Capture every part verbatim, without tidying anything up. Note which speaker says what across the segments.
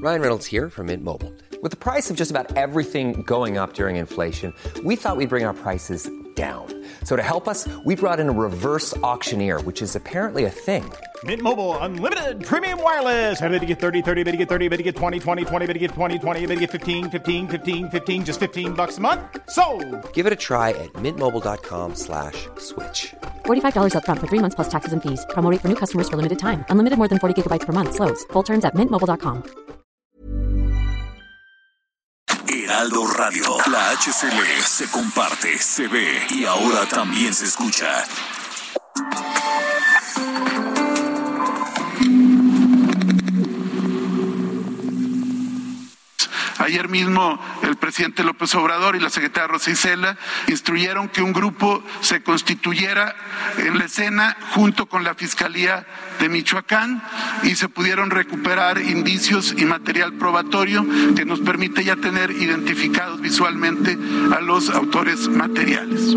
Speaker 1: Ryan Reynolds here from Mint Mobile. With the price of just about everything going up during inflation, we thought we'd bring our prices down. So to help us, we brought in a reverse auctioneer, which is apparently a thing.
Speaker 2: Mint Mobile Unlimited Premium Wireless. How to get thirty, thirty, how to get thirty, how to get twenty, twenty, twenty, how to get twenty, twenty, how to get fifteen, fifteen, fifteen, fifteen, just fifteen bucks a month? Sold!
Speaker 1: Give it a try at mintmobile.com slash switch.
Speaker 3: forty-five dollars up front for three months plus taxes and fees. Promo rate for new customers for limited time. Unlimited more than forty gigabytes per month. Slows full terms at mint mobile dot com.
Speaker 4: Heraldo Radio. La H C L se comparte, se ve y ahora también se escucha.
Speaker 5: Ayer mismo el presidente López Obrador y la secretaria Rosa Isela instruyeron que un grupo se constituyera en la escena junto con la Fiscalía de Michoacán y se pudieron recuperar indicios y material probatorio que nos permite ya tener identificados visualmente a los autores materiales.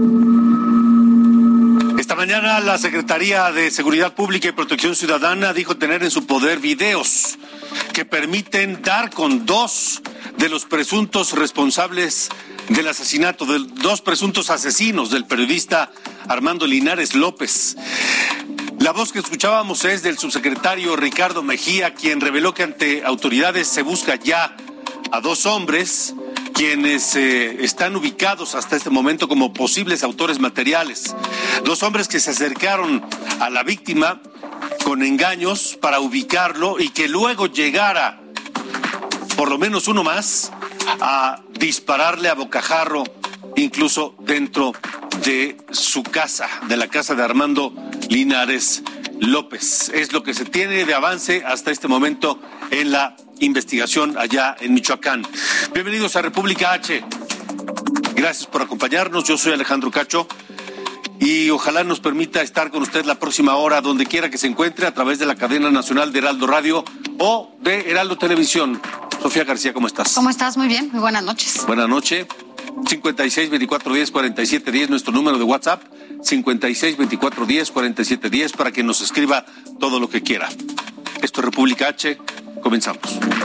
Speaker 6: Esta mañana la Secretaría de Seguridad Pública y Protección Ciudadana dijo tener en su poder videos que permiten dar con dos de los presuntos responsables del asesinato, de dos presuntos asesinos del periodista Armando Linares López. La voz que escuchábamos es del subsecretario Ricardo Mejía, quien reveló que ante autoridades se busca ya a dos hombres quienes eh, están ubicados hasta este momento como posibles autores materiales. Dos hombres que se acercaron a la víctima con engaños para ubicarlo y que luego llegara, por lo menos uno más, a dispararle a bocajarro, incluso dentro de su casa, de la casa de Armando Linares López. Es lo que se tiene de avance hasta este momento en la investigación allá en Michoacán. Bienvenidos a República H. Gracias por acompañarnos. Yo soy Alejandro Cacho y ojalá nos permita estar con usted la próxima hora donde quiera que se encuentre a través de la cadena nacional de Heraldo Radio o de Heraldo Televisión. Sofía García, ¿cómo estás?
Speaker 7: ¿Cómo estás? Muy bien, muy buenas noches.
Speaker 6: Buenas noches. cincuenta y seis, veinticuatro, diez, cuarenta y siete, diez, nuestro número de WhatsApp, cincuenta y seis, veinticuatro, diez, cuarenta y siete, diez, para que nos escriba todo lo que quiera. Esto es República H, comenzamos.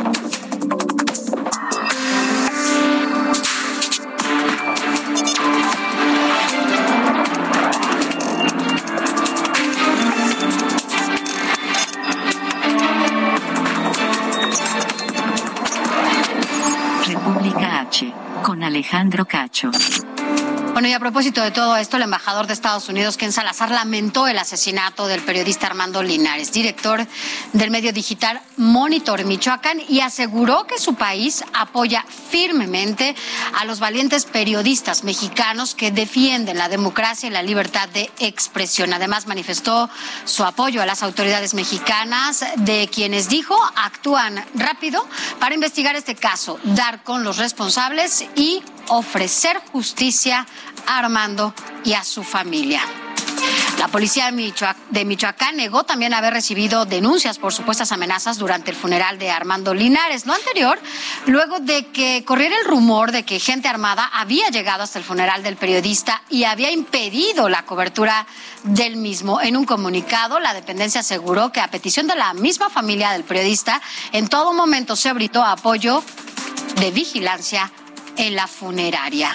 Speaker 8: República H, con Alejandro Cacho.
Speaker 7: Bueno, y a propósito de todo esto, el embajador de Estados Unidos, Ken Salazar, lamentó el asesinato del periodista Armando Linares, director del medio digital Monitor Michoacán, y aseguró que su país apoya firmemente a los valientes periodistas mexicanos que defienden la democracia y la libertad de expresión. Además, manifestó su apoyo a las autoridades mexicanas, de quienes dijo actúan rápido para investigar este caso, dar con los responsables y ofrecer justicia a Armando y a su familia. La policía de Michoacán negó también haber recibido denuncias por supuestas amenazas durante el funeral de Armando Linares. Lo anterior, luego de que corriera el rumor de que gente armada había llegado hasta el funeral del periodista y había impedido la cobertura del mismo. En un comunicado, la dependencia aseguró que a petición de la misma familia del periodista, en todo momento se brindó apoyo de vigilancia en la funeraria.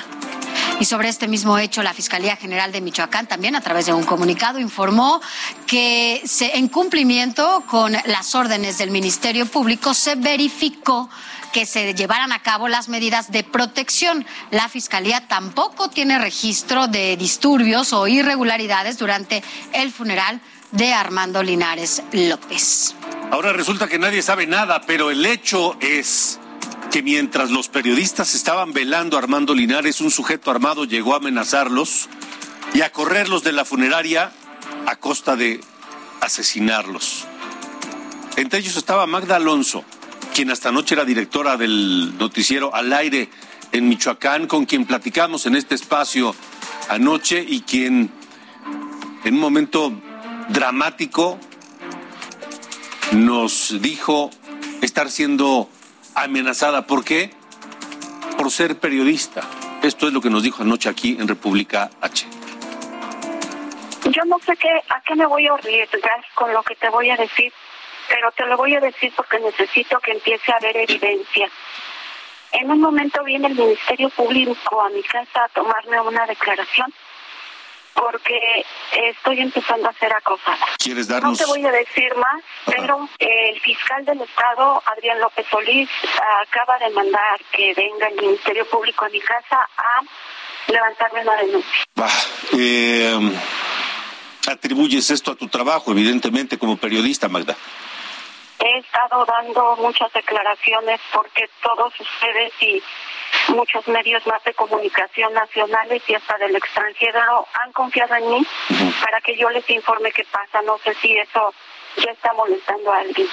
Speaker 7: Y sobre este mismo hecho, la Fiscalía General de Michoacán también, a través de un comunicado, informó que se, en cumplimiento con las órdenes del Ministerio Público, se verificó que se llevaran a cabo las medidas de protección. La Fiscalía tampoco tiene registro de disturbios o irregularidades durante el funeral de Armando Linares López.
Speaker 6: Ahora resulta que nadie sabe nada, pero el hecho es que mientras los periodistas estaban velando a Armando Linares, un sujeto armado llegó a amenazarlos y a correrlos de la funeraria a costa de asesinarlos. Entre ellos estaba Magda Alonso, quien hasta anoche era directora del noticiero Al Aire en Michoacán, con quien platicamos en este espacio anoche y quien en un momento dramático nos dijo estar siendo amenazada. ¿Por qué? Por ser periodista. Esto es lo que nos dijo anoche aquí en República H.
Speaker 9: Yo no sé qué, a qué me voy a arriesgar con lo que te voy a decir, pero te lo voy a decir porque necesito que empiece a haber evidencia. En un momento viene el Ministerio Público a mi casa a tomarme una declaración porque estoy empezando a ser acosada.
Speaker 6: ¿Quieres darnos?
Speaker 9: No te voy a decir más, pero eh, el fiscal del Estado, Adrián López Solís, acaba de mandar que venga el Ministerio Público a mi casa a levantarme una denuncia.
Speaker 6: Bah, eh, atribuyes esto a tu trabajo, evidentemente, como periodista, Magda.
Speaker 9: He estado dando muchas declaraciones porque todos ustedes y muchos medios más de comunicación nacionales y hasta del extranjero han confiado en mí uh-huh. para que yo les informe qué pasa. No sé si eso ya está molestando a alguien.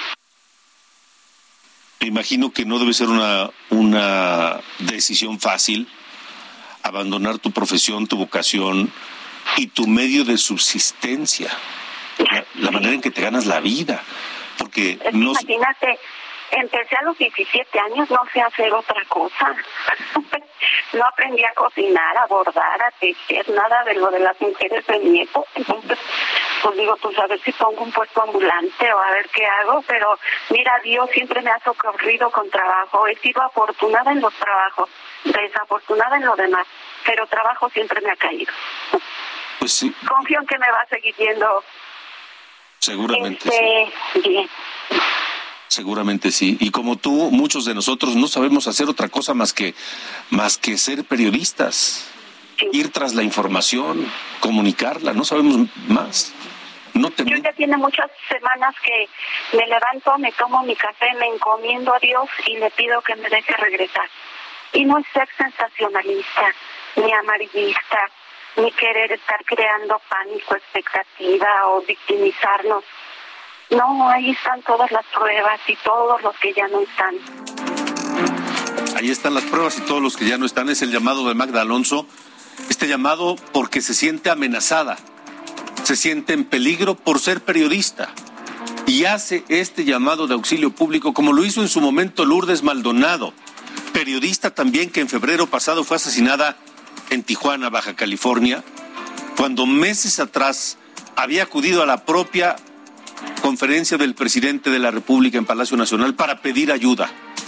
Speaker 6: Me imagino que no debe ser una, una decisión fácil abandonar tu profesión, tu vocación y tu medio de subsistencia, la, la manera en que te ganas la vida. Porque
Speaker 9: es
Speaker 6: no...
Speaker 9: Imagínate, empecé a los diecisiete años, no sé hacer otra cosa. No aprendí a cocinar, a bordar, a tejer, nada de lo de las mujeres de mi época. Entonces, pues digo, pues a ver si pongo un puesto ambulante o a ver qué hago. Pero mira, Dios siempre me ha socorrido con trabajo. He sido afortunada en los trabajos, desafortunada en lo demás. Pero trabajo siempre me ha caído.
Speaker 6: Pues sí.
Speaker 9: Confío en que me va a seguir yendo.
Speaker 6: Seguramente
Speaker 9: este,
Speaker 6: sí.
Speaker 9: Bien.
Speaker 6: Seguramente sí. Y como tú, muchos de nosotros no sabemos hacer otra cosa más que más que ser periodistas, sí. Ir tras la información, comunicarla. No sabemos más. No te...
Speaker 9: Yo ya tiene muchas semanas que me levanto, me tomo mi café, me encomiendo a Dios y le pido que me deje regresar. Y no es ser sensacionalista ni amarillista, ni querer estar creando pánico, expectativa o victimizarnos. No, ahí están todas las pruebas y todos los que ya no están.
Speaker 6: Ahí están las pruebas y todos los que ya no están. Es el llamado de Magda Alonso. Este llamado porque se siente amenazada, se siente en peligro por ser periodista. Y hace este llamado de auxilio público como lo hizo en su momento Lourdes Maldonado, periodista también que en febrero pasado fue asesinada en Tijuana, Baja California, cuando meses atrás había acudido a la propia conferencia del presidente de la República en Palacio Nacional para pedir ayuda.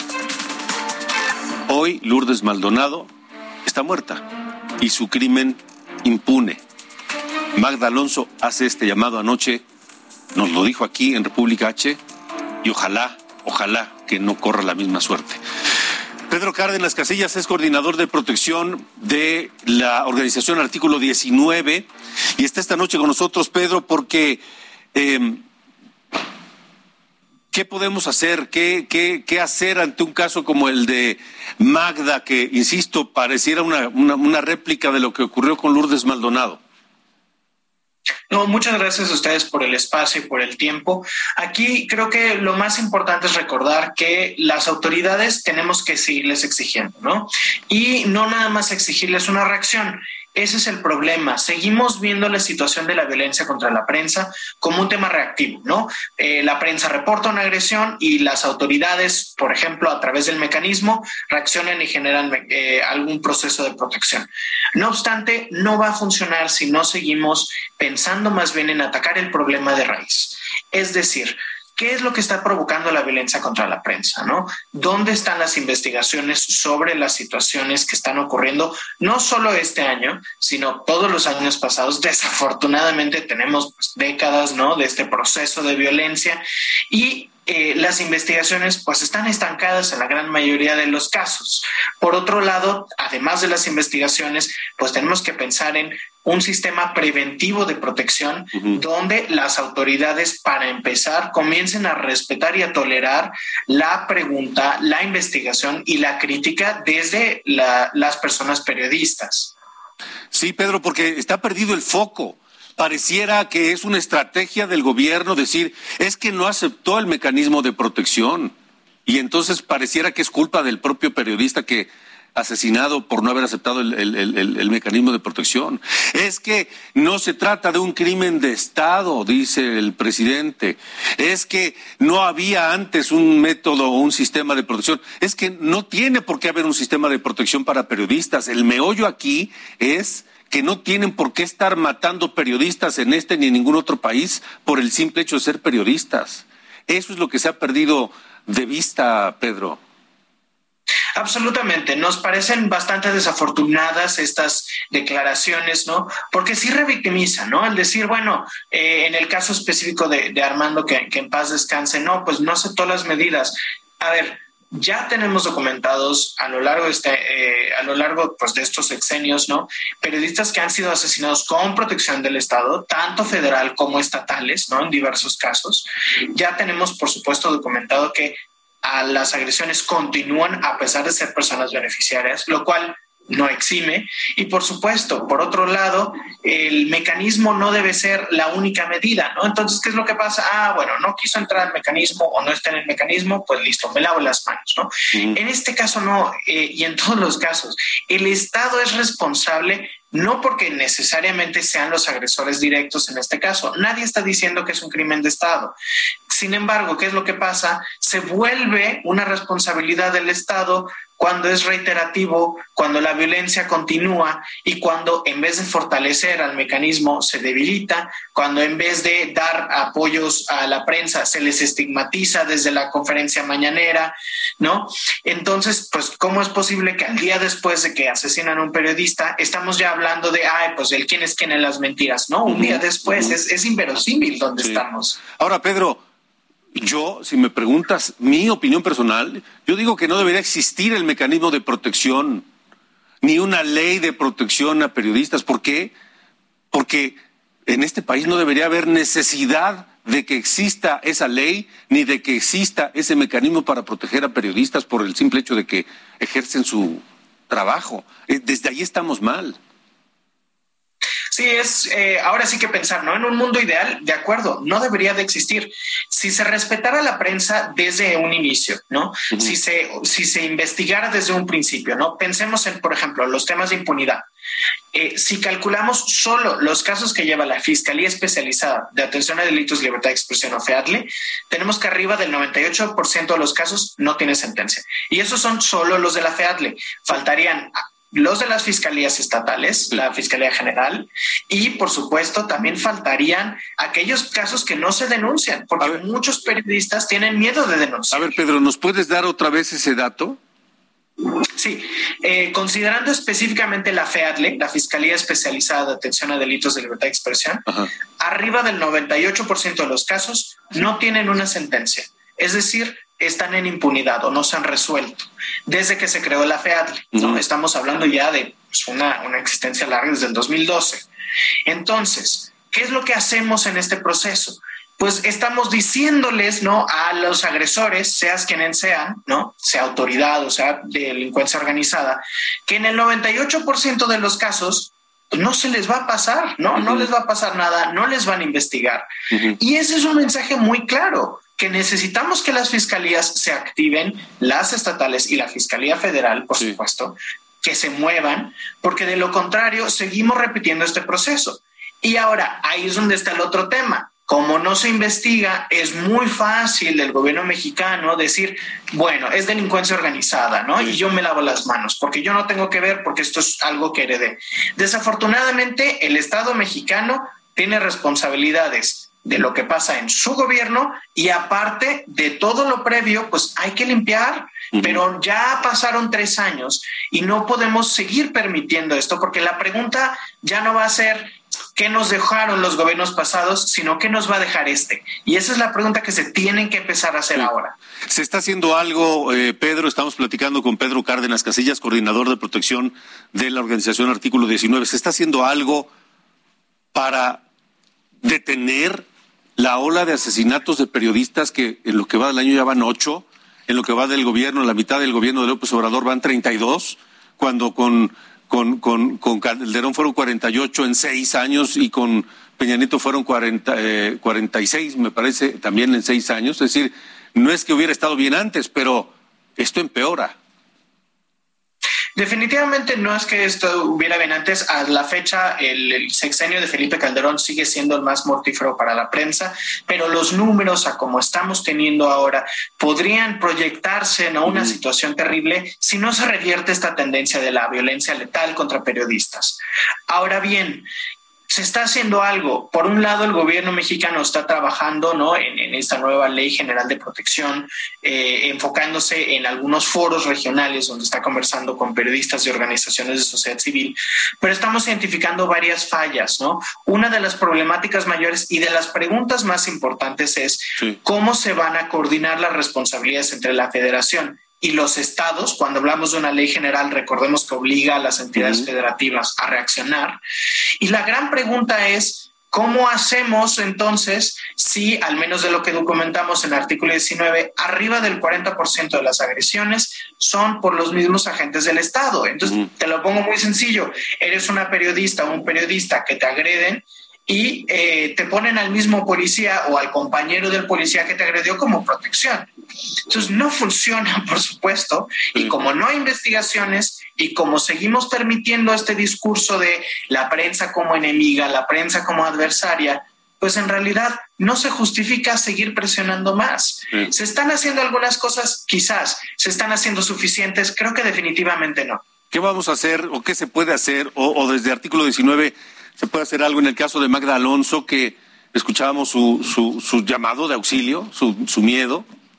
Speaker 6: Hoy Lourdes Maldonado está muerta y su crimen impune. Magda Alonso hace este llamado anoche, nos lo dijo aquí en República H, y ojalá, ojalá que no corra la misma suerte. Pedro Cárdenas Casillas es coordinador de protección de la organización Artículo diecinueve y está esta noche con nosotros, Pedro, porque eh, ¿qué podemos hacer? ¿Qué, qué, qué hacer ante un caso como el de Magda, que, insisto, pareciera una, una, una réplica de lo que ocurrió con Lourdes Maldonado?
Speaker 10: No, muchas gracias a ustedes por el espacio y por el tiempo. Aquí creo que lo más importante es recordar que las autoridades tenemos que seguirles exigiendo, ¿no? Y no nada más exigirles una reacción. Ese es el problema. Seguimos viendo la situación de la violencia contra la prensa como un tema reactivo, ¿no? Eh, la prensa reporta una agresión y las autoridades, por ejemplo, a través del mecanismo, reaccionan y generan eh, algún proceso de protección. No obstante, no va a funcionar si no seguimos pensando más bien en atacar el problema de raíz. Es decir, ¿qué es lo que está provocando la violencia contra la prensa, no? ¿Dónde están las investigaciones sobre las situaciones que están ocurriendo, no solo este año, sino todos los años pasados? Desafortunadamente tenemos pues, décadas, ¿no?, de este proceso de violencia y eh, las investigaciones pues están estancadas en la gran mayoría de los casos. Por otro lado, además de las investigaciones, pues tenemos que pensar en un sistema preventivo de protección uh-huh. donde las autoridades, para empezar, comiencen a respetar y a tolerar la pregunta, la investigación y la crítica desde la, las personas periodistas.
Speaker 6: Sí, Pedro, porque está perdido el foco. Pareciera que es una estrategia del gobierno decir, es que no aceptó el mecanismo de protección. Y entonces pareciera que es culpa del propio periodista que asesinado por no haber aceptado el, el, el, el mecanismo de protección. Es que no se trata de un crimen de Estado, dice el presidente. Es que no había antes un método o un sistema de protección. Es que no tiene por qué haber un sistema de protección para periodistas. El meollo aquí es que no tienen por qué estar matando periodistas en este ni en ningún otro país por el simple hecho de ser periodistas. Eso es lo que se ha perdido de vista, Pedro.
Speaker 10: Absolutamente, nos parecen bastante desafortunadas estas declaraciones, ¿no? Porque sí revictimizan, ¿no? El decir, bueno, eh, en el caso específico de, de Armando, que, que en paz descanse, no, pues no aceptó las medidas. A ver, ya tenemos documentados a lo largo de este, eh, a lo largo pues de estos sexenios, ¿no? Periodistas que han sido asesinados con protección del Estado, tanto federal como estatales, ¿no? En diversos casos. Ya tenemos, por supuesto, documentado que a las agresiones continúan a pesar de ser personas beneficiarias, lo cual no exime. Y por supuesto, por otro lado, el mecanismo no debe ser la única medida, ¿no? Entonces, ¿qué es lo que pasa? Ah, bueno, no quiso entrar al mecanismo o no está en el mecanismo, pues listo, me lavo las manos, ¿no? Mm. En este caso no, eh, y en todos los casos, el Estado es responsable. No porque necesariamente sean los agresores directos en este caso. Nadie está diciendo que es un crimen de Estado. Sin embargo, ¿qué es lo que pasa? Se vuelve una responsabilidad del Estado cuando es reiterativo, cuando la violencia continúa y cuando en vez de fortalecer al mecanismo se debilita, cuando en vez de dar apoyos a la prensa se les estigmatiza desde la conferencia mañanera, ¿no? Entonces, pues, ¿cómo es posible que al día después de que asesinan a un periodista estamos ya hablando de, ay, pues, el quién es quién en las mentiras, ¿no? Un día después, es, es inverosímil donde sí. estamos.
Speaker 6: Ahora, Pedro, yo, si me preguntas mi opinión personal, yo digo que no debería existir el mecanismo de protección, ni una ley de protección a periodistas. ¿Por qué? Porque en este país no debería haber necesidad de que exista esa ley, ni de que exista ese mecanismo para proteger a periodistas por el simple hecho de que ejercen su trabajo. Desde ahí estamos mal.
Speaker 10: Sí, es eh, ahora sí que pensar, ¿no? En un mundo ideal, de acuerdo, no debería de existir. Si se respetara la prensa desde un inicio, ¿no? Uh-huh. Si se, si se investigara desde un principio, ¿no? Pensemos en, por ejemplo, los temas de impunidad. Eh, si calculamos solo los casos que lleva la Fiscalía Especializada de Atención a Delitos, Libertad de Expresión o FEADLE, tenemos que arriba del noventa y ocho por ciento de los casos no tiene sentencia. Y esos son solo los de la FEADLE. Faltarían los de las fiscalías estatales, la Fiscalía General, y por supuesto también faltarían aquellos casos que no se denuncian, porque muchos periodistas tienen miedo de denunciar.
Speaker 6: A ver, Pedro, ¿nos puedes dar otra vez ese dato?
Speaker 10: Sí, eh, considerando específicamente la FEADLE, la Fiscalía Especializada de Atención a Delitos de Libertad de Expresión, Ajá. arriba del noventa y ocho por ciento de los casos no tienen una sentencia, es decir, están en impunidad o no se han resuelto desde que se creó la FEADLE, ¿no? Uh-huh. Estamos hablando ya de pues, una, una existencia larga desde el dos mil doce. Entonces, ¿qué es lo que hacemos en este proceso? Pues estamos diciéndoles, ¿no? A los agresores, seas quienes sean, ¿no? Sea autoridad o sea delincuencia organizada, que en el noventa y ocho por ciento de los casos no se les va a pasar, ¿no? Uh-huh. No les va a pasar nada, no les van a investigar. Uh-huh. Y ese es un mensaje muy claro, que necesitamos que las fiscalías se activen, las estatales y la Fiscalía Federal, por sí. supuesto, que se muevan, porque de lo contrario seguimos repitiendo este proceso. Y ahora, ahí es donde está el otro tema. Como no se investiga, es muy fácil del gobierno mexicano decir, bueno, es delincuencia organizada, ¿no? Y yo me lavo las manos, porque yo no tengo que ver, porque esto es algo que heredé. Desafortunadamente, el Estado mexicano tiene responsabilidades de lo que pasa en su gobierno y aparte de todo lo previo, pues hay que limpiar, uh-huh. pero ya pasaron tres años y no podemos seguir permitiendo esto, porque la pregunta ya no va a ser qué nos dejaron los gobiernos pasados, sino qué nos va a dejar este. Y esa es la pregunta que se tienen que empezar a hacer sí. ahora.
Speaker 6: Se está haciendo algo, eh, Pedro, estamos platicando con Pedro Cárdenas Casillas, coordinador de protección de la organización Artículo diecinueve. ¿Se está haciendo algo para detener la ola de asesinatos de periodistas que en lo que va del año ya van ocho, en lo que va del gobierno, en la mitad del gobierno de López Obrador van treinta y dos, cuando con, con, con, con Calderón fueron cuarenta y ocho en seis años y con Peña Nieto fueron cuarenta, eh, cuarenta y seis, me parece, también en seis años. Es decir, no es que hubiera estado bien antes, pero esto empeora.
Speaker 10: Definitivamente no es que esto hubiera bien antes. A la fecha, el, el sexenio de Felipe Calderón sigue siendo el más mortífero para la prensa, pero los números a como estamos teniendo ahora podrían proyectarse en una mm. situación terrible si no se revierte esta tendencia de la violencia letal contra periodistas. Ahora bien, se está haciendo algo. Por un lado, el gobierno mexicano está trabajando, ¿no?, en, en esta nueva Ley General de Protección, eh, enfocándose en algunos foros regionales donde está conversando con periodistas y organizaciones de sociedad civil, pero estamos identificando varias fallas, ¿no? Una de las problemáticas mayores y de las preguntas más importantes es sí. cómo se van a coordinar las responsabilidades entre la Federación y los estados. Cuando hablamos de una ley general, recordemos que obliga a las entidades uh-huh. federativas a reaccionar. Y la gran pregunta es, ¿cómo hacemos entonces si, al menos de lo que documentamos en el artículo diecinueve, arriba del cuarenta por ciento de las agresiones son por los mismos agentes del Estado? Entonces, uh-huh. te lo pongo muy sencillo. Eres una periodista o un periodista que te agreden y eh, te ponen al mismo policía o al compañero del policía que te agredió como protección. Entonces no funciona, por supuesto, y como no hay investigaciones y como seguimos permitiendo este discurso de la prensa como enemiga, la prensa como adversaria, pues en realidad no se justifica seguir presionando más. Sí. ¿Se están haciendo algunas cosas? Quizás. ¿Se están haciendo suficientes? Creo que definitivamente no.
Speaker 6: ¿Qué vamos a hacer o qué se puede hacer? O, o desde artículo diecinueve... ¿se puede hacer algo en el caso de Magda Alonso, que escuchábamos su, su, su llamado de auxilio, su, su miedo?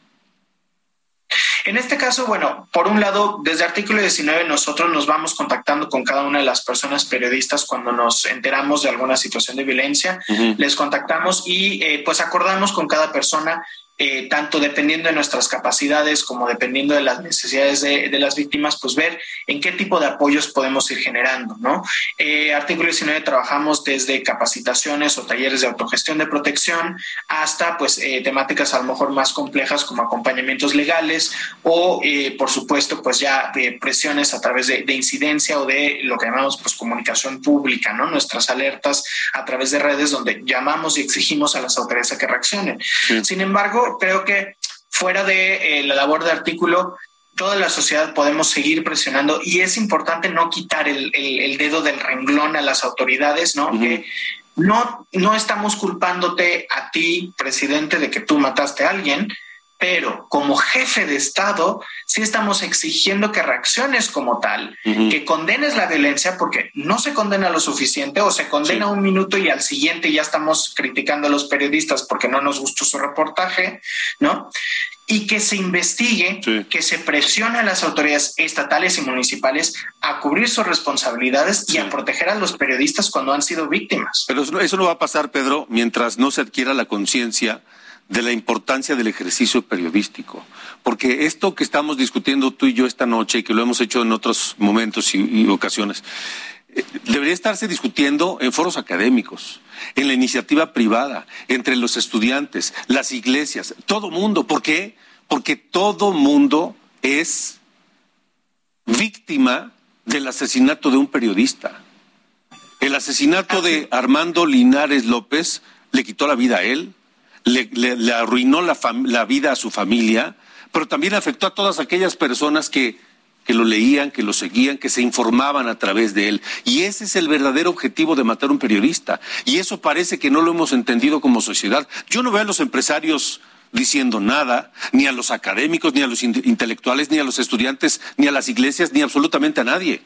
Speaker 10: En este caso, bueno, por un lado, desde artículo diecinueve nosotros nos vamos contactando con cada una de las personas periodistas cuando nos enteramos de alguna situación de violencia. Uh-huh. Les contactamos y eh, pues acordamos con cada persona, Eh, tanto dependiendo de nuestras capacidades como dependiendo de las necesidades de, de las víctimas, pues ver en qué tipo de apoyos podemos ir generando, ¿no? Eh, artículo diecinueve trabajamos desde capacitaciones o talleres de autogestión de protección hasta pues eh, temáticas a lo mejor más complejas como acompañamientos legales o eh, por supuesto pues ya de presiones a través de, de incidencia o de lo que llamamos pues comunicación pública, ¿no? Nuestras alertas a través de redes donde llamamos y exigimos a las autoridades a que reaccionen. Sí. Sin embargo, creo que fuera de eh, la labor de artículo, toda la sociedad podemos seguir presionando y es importante no quitar el, el, el dedo del renglón a las autoridades, ¿no? Uh-huh. Que no, no estamos culpándote a ti, presidente, de que tú mataste a alguien, pero como jefe de Estado sí estamos exigiendo que reacciones como tal, uh-huh. que condenes la violencia, porque no se condena lo suficiente o se condena sí. un minuto y al siguiente ya estamos criticando a los periodistas porque no nos gustó su reportaje, ¿no? Y que se investigue, sí. que se presione a las autoridades estatales y municipales a cubrir sus responsabilidades sí. y a proteger a los periodistas cuando han sido víctimas.
Speaker 6: Pero eso no, eso no va a pasar, Pedro, mientras no se adquiera la conciencia de la importancia del ejercicio periodístico, porque esto que estamos discutiendo tú y yo esta noche y que lo hemos hecho en otros momentos y, y ocasiones, eh, debería estarse discutiendo en foros académicos, en la iniciativa privada, entre los estudiantes, las iglesias, todo mundo. ¿Por qué? Porque todo mundo es víctima del asesinato de un periodista. El asesinato de Armando Linares López le quitó la vida a él. Le, le, le arruinó la, fam- la vida a su familia, pero también afectó a todas aquellas personas que, que lo leían, que lo seguían, que se informaban a través de él. Y ese es el verdadero objetivo de matar a un periodista. Y eso parece que no lo hemos entendido como sociedad. Yo no veo a los empresarios diciendo nada, ni a los académicos, ni a los in- intelectuales, ni a los estudiantes, ni a las iglesias, ni absolutamente a nadie.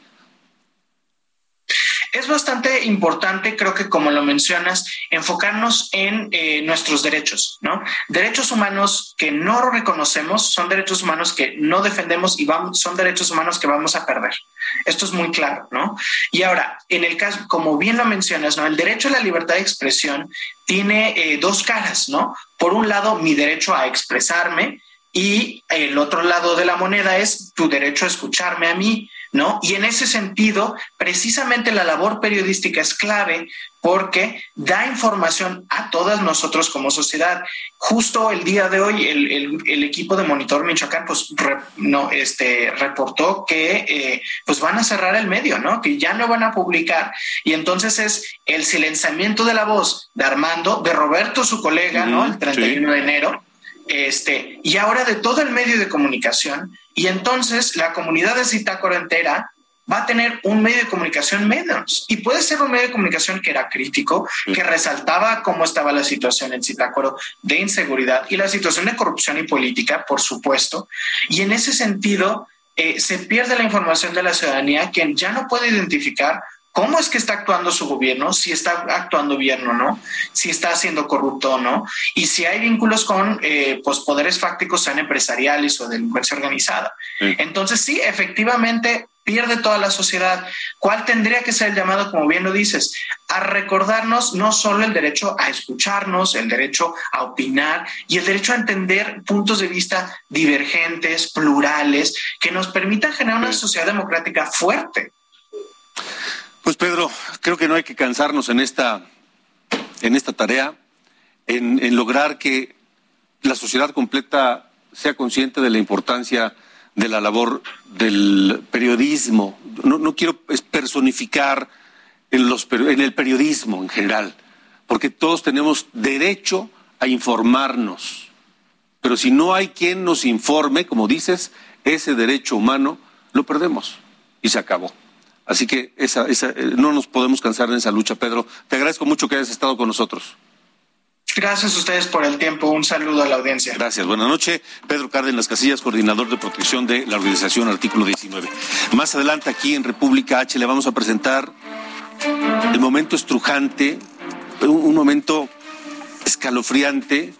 Speaker 10: Es bastante importante, creo que como lo mencionas, enfocarnos en eh, nuestros derechos, ¿no? Derechos humanos que no reconocemos son derechos humanos que no defendemos y vamos, son derechos humanos que vamos a perder. Esto es muy claro, ¿no? Y ahora, en el caso, como bien lo mencionas, ¿no? El derecho a la libertad de expresión tiene eh, dos caras, ¿no? Por un lado, mi derecho a expresarme y el otro lado de la moneda es tu derecho a escucharme a mí, ¿no? Y en ese sentido, precisamente la labor periodística es clave porque da información a todas nosotros como sociedad. Justo el día de hoy, el, el, el equipo de Monitor Michoacán, pues, re, no, este, reportó que, eh, pues, van a cerrar el medio, ¿no? Que ya no van a publicar. Y entonces es el silenciamiento de la voz de Armando, de Roberto, su colega, mm, ¿no? El treinta y uno sí. de enero. Este, y ahora de todo el medio de comunicación, y entonces la comunidad de Zitácuaro entera va a tener un medio de comunicación menos, y puede ser un medio de comunicación que era crítico, que resaltaba cómo estaba la situación en Zitácuaro de inseguridad y la situación de corrupción y política, por supuesto, y en ese sentido eh, se pierde la información de la ciudadanía, quien ya no puede identificar cómo es que está actuando su gobierno, si está actuando bien o no, si está siendo corrupto o no, y si hay vínculos con eh, pues poderes fácticos, sean empresariales o delincuencia organizada. Sí. Entonces sí, efectivamente pierde toda la sociedad. ¿Cuál tendría que ser el llamado, como bien lo dices? A recordarnos no solo el derecho a escucharnos, el derecho a opinar y el derecho a entender puntos de vista divergentes, plurales, que nos permitan generar una sociedad democrática fuerte.
Speaker 6: Pues Pedro, creo que no hay que cansarnos en esta, en esta tarea, en, en lograr que la sociedad completa sea consciente de la importancia de la labor del periodismo. No, no quiero personificar en, los, en el periodismo en general, porque todos tenemos derecho a informarnos, pero si no hay quien nos informe, como dices, ese derecho humano lo perdemos y se acabó. Así que esa, esa, no nos podemos cansar en esa lucha, Pedro. Te agradezco mucho que hayas estado con nosotros.
Speaker 10: Gracias a ustedes por el tiempo. Un saludo a la audiencia.
Speaker 6: Gracias. Buenas noches. Pedro Cárdenas Casillas, coordinador de protección de la organización Artículo diecinueve. Más adelante aquí en República H le vamos a presentar el momento estrujante, un, un momento escalofriante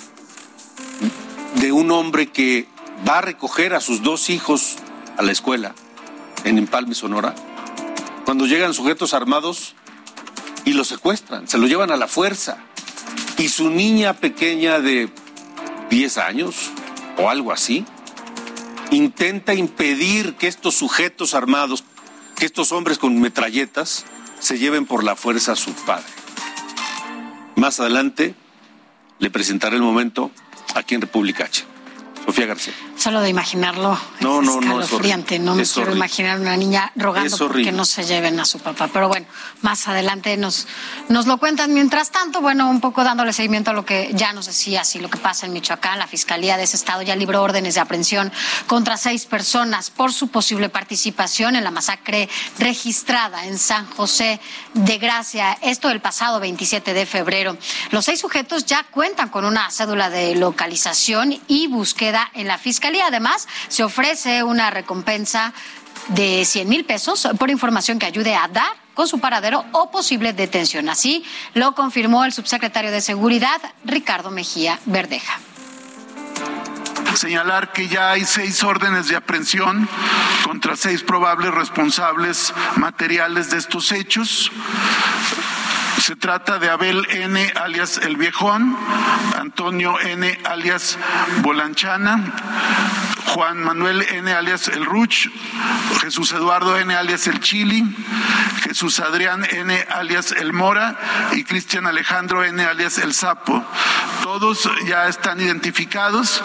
Speaker 6: de un hombre que va a recoger a sus dos hijos a la escuela en Empalme, Sonora, cuando llegan sujetos armados y los secuestran, se lo llevan a la fuerza. Y su niña pequeña de diez años o algo así intenta impedir que estos sujetos armados, que estos hombres con metralletas, se lleven por la fuerza a su padre. Más adelante le presentaré el momento aquí en República H. Sofía García.
Speaker 7: Solo de imaginarlo
Speaker 6: no,
Speaker 7: es
Speaker 6: no, no,
Speaker 7: escalofriante. No me
Speaker 6: es
Speaker 7: quiero
Speaker 6: horrible.
Speaker 7: imaginar una niña rogando porque no se lleven a su papá. Pero bueno, más adelante nos, nos lo cuentan. Mientras tanto, bueno, un poco dándole seguimiento a lo que ya nos decía, así lo que pasa en Michoacán. La Fiscalía de ese estado ya libró órdenes de aprehensión contra seis personas por su posible participación en la masacre registrada en San José de Gracia. Esto el pasado veintisiete de febrero. Los seis sujetos ya cuentan con una cédula de localización y búsqueda en la Fiscalía. Además, se ofrece una recompensa de cien mil pesos por información que ayude a dar con su paradero o posible detención. Así lo confirmó el subsecretario de Seguridad, Ricardo Mejía Verdeja.
Speaker 5: Señalar que ya hay seis órdenes de aprehensión contra seis probables responsables materiales de estos hechos. Se trata de Abel N. alias El Viejón, Antonio N. alias Bolanchana, Juan Manuel N. alias El Ruch, Jesús Eduardo N. alias El Chili, Jesús Adrián N. alias El Mora y Cristian Alejandro N. alias El Sapo. Todos ya están identificados.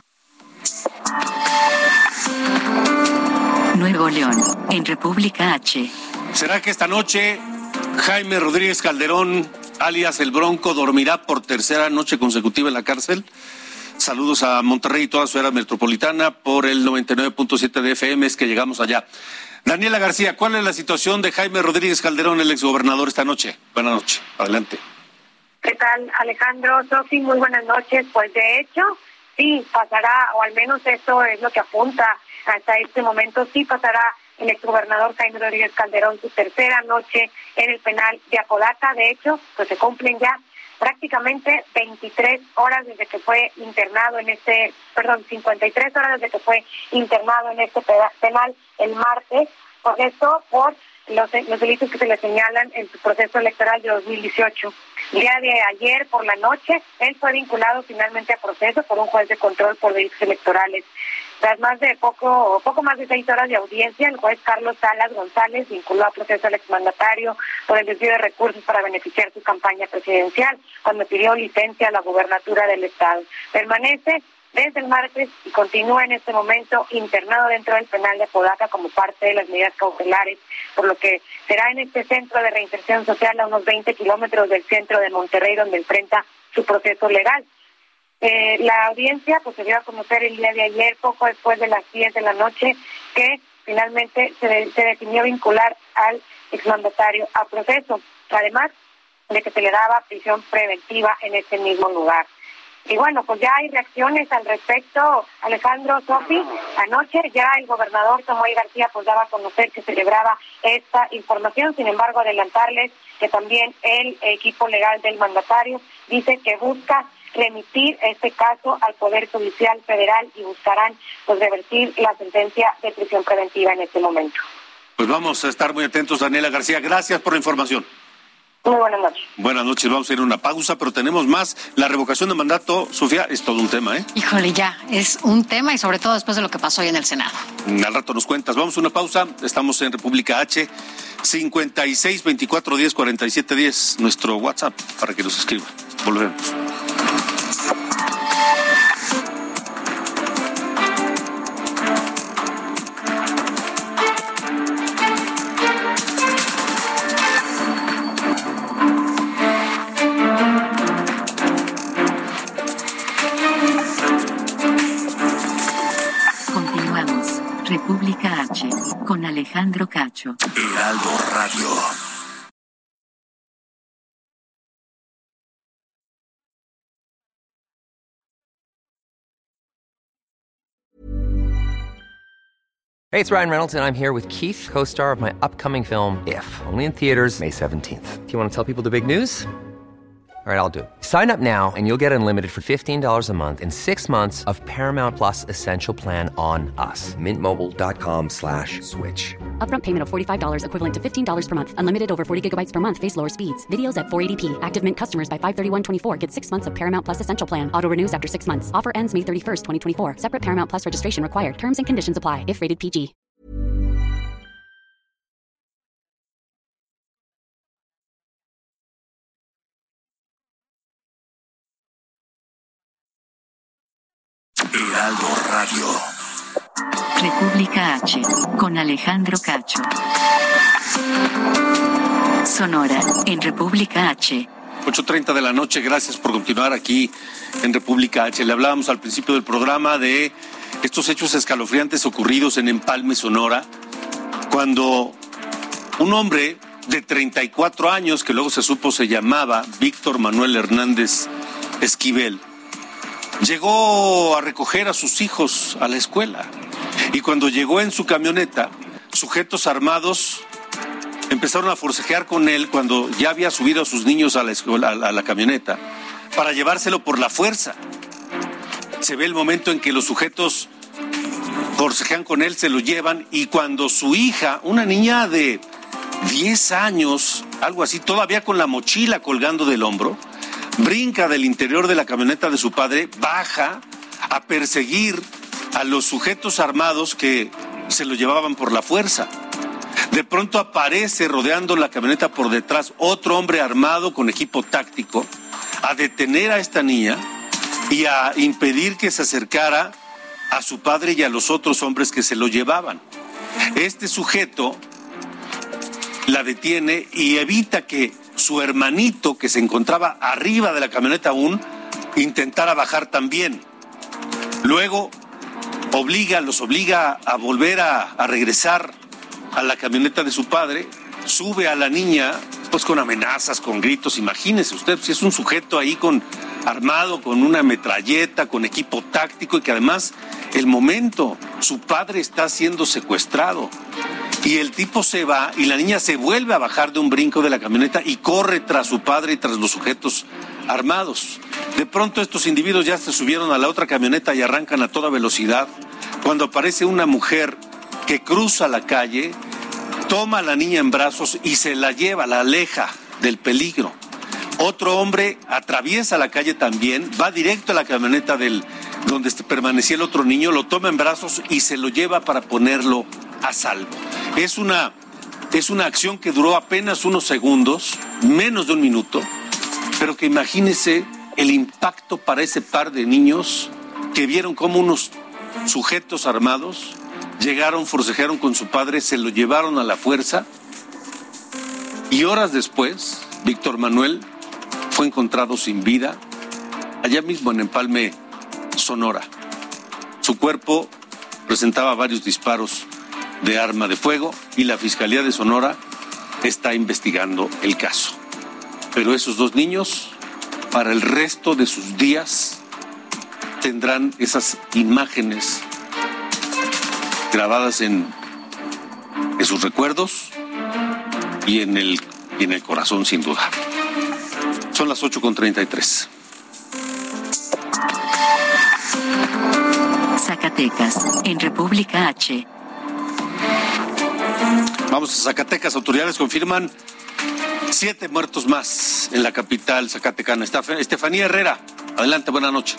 Speaker 8: Nuevo León, en República H.
Speaker 6: ¿Será que esta noche Jaime Rodríguez Calderón, alias El Bronco, dormirá por tercera noche consecutiva en la cárcel? Saludos a Monterrey y toda su área metropolitana por el noventa y nueve punto siete de F M, es que llegamos allá. Daniela García, ¿cuál es la situación de Jaime Rodríguez Calderón, el exgobernador, esta noche? Buenas noches, adelante.
Speaker 9: ¿Qué tal, Alejandro? Sofi, muy buenas noches. Pues de hecho, sí, pasará, o al menos eso es lo que apunta hasta este momento, sí pasará el exgobernador Jaime Rodríguez Calderón su tercera noche en el penal de Apodaca. De hecho, pues se cumplen ya prácticamente veintitrés horas desde que fue internado en este, perdón, cincuenta y tres horas desde que fue internado en este penal el martes, por esto, por los, los delitos que se le señalan en su proceso electoral de dos mil dieciocho. El día de ayer por la noche, él fue vinculado finalmente a proceso por un juez de control por delitos electorales. Tras más de poco, poco más de seis horas de audiencia, el juez Carlos Salas González vinculó a proceso al exmandatario por el desvío de recursos para beneficiar su campaña presidencial, cuando pidió licencia a la gubernatura del estado. Permanece desde el martes y continúa en este momento internado dentro del penal de Apodaca como parte de las medidas cautelares, por lo que será en este centro de reinserción social a unos veinte kilómetros del centro de Monterrey, donde enfrenta su proceso legal. Eh, la audiencia pues se dio a conocer el día de ayer, poco después de las diez de la noche, que finalmente se, de, se definió vincular al exmandatario a proceso, además de que se le daba prisión preventiva en este mismo lugar.
Speaker 11: Y bueno, pues ya hay reacciones al respecto, Alejandro, Sofi. Anoche ya el gobernador Samuel García pues daba a conocer que celebraba esta información. Sin embargo, adelantarles que también el equipo legal del mandatario dice que busca remitir este caso al Poder Judicial Federal y buscarán pues revertir la sentencia de prisión preventiva en este momento.
Speaker 6: Pues vamos a estar muy atentos, Daniela García. Gracias por la información.
Speaker 11: Muy buenas noches.
Speaker 6: Buenas noches, vamos a ir a una pausa, pero tenemos más. La revocación de mandato, Sofía, es todo un tema, ¿eh?
Speaker 7: Híjole, ya, es un tema y sobre todo después de lo que pasó hoy en el Senado.
Speaker 6: Al rato nos cuentas. Vamos a una pausa, estamos en República H, cincuenta y seis, veinticuatro, diez, cuarenta y siete, diez, nuestro WhatsApp, para que nos escriban. Volvemos.
Speaker 8: República H, con Alejandro Cacho.
Speaker 4: Heraldo Radio.
Speaker 1: Hey, it's Ryan Reynolds, and I'm here with Keith, co-star of my upcoming film, If, only in theaters May seventeenth. Do you want to tell people the big news? All right, I'll do it. Sign up now and you'll get unlimited for fifteen dollars a month and six months of Paramount Plus Essential Plan on us. Mint Mobile dot com slash switch.
Speaker 3: Upfront payment of forty-five dollars equivalent to fifteen dollars per month. Unlimited over forty gigabytes per month. Face lower speeds. Videos at four eighty p. Active Mint customers by five thirty-one twenty-four get six months of Paramount Plus Essential Plan. Auto renews after six months. Offer ends May thirty-first, twenty twenty-four. Separate Paramount Plus registration required. Terms and conditions apply if rated P G.
Speaker 4: Heraldo Radio.
Speaker 8: República H, con Alejandro Cacho. Sonora, en República H.
Speaker 6: ocho treinta de la noche, gracias por continuar aquí en República H. Le hablábamos al principio del programa de estos hechos escalofriantes ocurridos en Empalme, Sonora, cuando un hombre de treinta y cuatro años, que luego se supo se llamaba Víctor Manuel Hernández Esquivel, llegó a recoger a sus hijos a la escuela. Y cuando llegó en su camioneta, sujetos armados empezaron a forcejear con él cuando ya había subido a sus niños a la escuela, a la, a la camioneta, para llevárselo por la fuerza. Se ve el momento en que los sujetos forcejean con él, se lo llevan, y cuando su hija, una niña de diez años, algo así, todavía con la mochila colgando del hombro, brinca del interior de la camioneta de su padre, baja a perseguir a los sujetos armados que se lo llevaban por la fuerza. De pronto aparece rodeando la camioneta por detrás otro hombre armado con equipo táctico a detener a esta niña y a impedir que se acercara a su padre y a los otros hombres que se lo llevaban. Este sujeto la detiene y evita que su hermanito, que se encontraba arriba de la camioneta aún, intentara bajar también. Luego obliga, los obliga a volver a, a regresar a la camioneta de su padre, sube a la niña, pues con amenazas, con gritos. Imagínese usted, si es un sujeto ahí con armado, con una metralleta, con equipo táctico, y que además, el momento, su padre está siendo secuestrado. Y el tipo se va y la niña se vuelve a bajar de un brinco de la camioneta y corre tras su padre y tras los sujetos armados. De pronto estos individuos ya se subieron a la otra camioneta y arrancan a toda velocidad, cuando aparece una mujer que cruza la calle, toma a la niña en brazos y se la lleva, la aleja del peligro. Otro hombre atraviesa la calle también, va directo a la camioneta del donde permanecía el otro niño, lo toma en brazos y se lo lleva para ponerlo a salvo. Es una, es una acción que duró apenas unos segundos, menos de un minuto, pero que imagínese el impacto para ese par de niños que vieron cómo unos sujetos armados llegaron, forcejearon con su padre, se lo llevaron a la fuerza, y horas después, Víctor Manuel fue encontrado sin vida, allá mismo en Empalme, Sonora. Su cuerpo presentaba varios disparos de arma de fuego y la Fiscalía de Sonora está investigando el caso. Pero esos dos niños, para el resto de sus días, tendrán esas imágenes grabadas en, en sus recuerdos y en el, y en el corazón, sin duda. Son las ocho con treinta y tres.
Speaker 8: Zacatecas, en República H.
Speaker 6: Vamos a Zacatecas. Autoridades confirman siete muertos más en la capital zacatecana. Estefanía Herrera, adelante, buenas noches.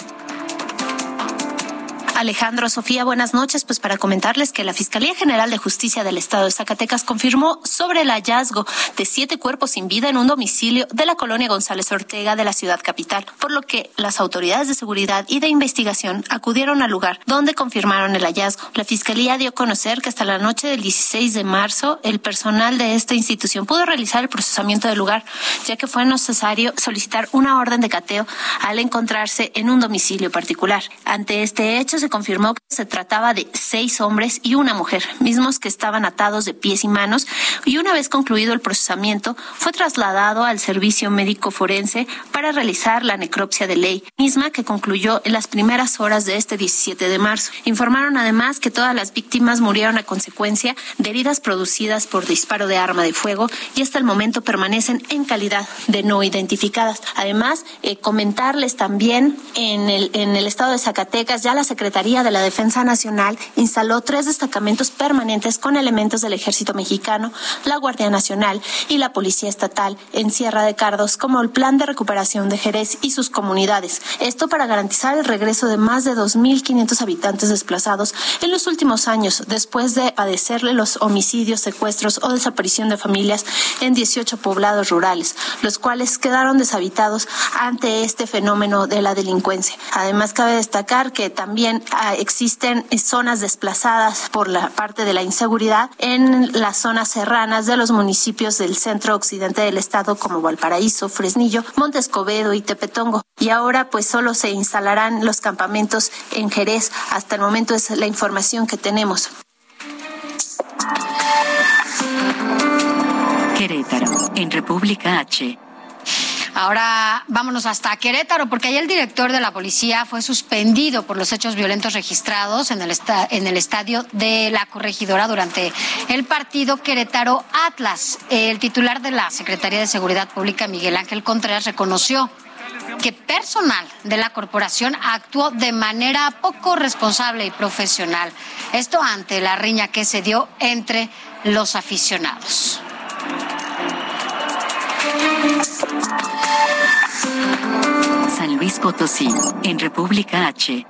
Speaker 12: Alejandro, Sofía, buenas noches. Pues para comentarles que la Fiscalía General de Justicia del Estado de Zacatecas confirmó sobre el hallazgo de siete cuerpos sin vida en un domicilio de la colonia González Ortega de la ciudad capital, por lo que las autoridades de seguridad y de investigación acudieron al lugar donde confirmaron el hallazgo. La Fiscalía dio a conocer que hasta la noche del dieciséis de marzo el personal de esta institución pudo realizar el procesamiento del lugar, ya que fue necesario solicitar una orden de cateo al encontrarse en un domicilio particular. Ante este hecho se confirmó que se trataba de seis hombres y una mujer, mismos que estaban atados de pies y manos, y una vez concluido el procesamiento, fue trasladado al servicio médico forense para realizar la necropsia de ley, misma que concluyó en las primeras horas de este diecisiete de marzo. Informaron además que todas las víctimas murieron a consecuencia de heridas producidas por disparo de arma de fuego y hasta el momento permanecen en calidad de no identificadas. Además, eh, comentarles también en el, en el estado de Zacatecas, ya la Secretaría de la Defensa Nacional instaló tres destacamentos permanentes con elementos del Ejército Mexicano, la Guardia Nacional y la Policía Estatal en Sierra de Cardos como el Plan de Recuperación de Jerez y sus comunidades. Esto para garantizar el regreso de más de dos mil quinientos habitantes desplazados en los últimos años después de padecerle los homicidios, secuestros o desaparición de familias en dieciocho poblados rurales, los cuales quedaron deshabitados ante este fenómeno de la delincuencia. Además, cabe destacar que también existen zonas desplazadas por la parte de la inseguridad en las zonas serranas de los municipios del centro occidente del estado como Valparaíso, Fresnillo, Monte Escobedo y Tepetongo. Y ahora pues solo se instalarán los campamentos en Jerez. Hasta el momento es la información que tenemos.
Speaker 8: Querétaro, en República H.
Speaker 7: Ahora vámonos hasta Querétaro, porque ayer el director de la policía fue suspendido por los hechos violentos registrados en el, esta- en el estadio de la Corregidora durante el partido Querétaro Atlas. El titular de la Secretaría de Seguridad Pública, Miguel Ángel Contreras, reconoció que personal de la corporación actuó de manera poco responsable y profesional. Esto ante la riña que se dio entre los aficionados.
Speaker 8: San Luis Potosí, en República H.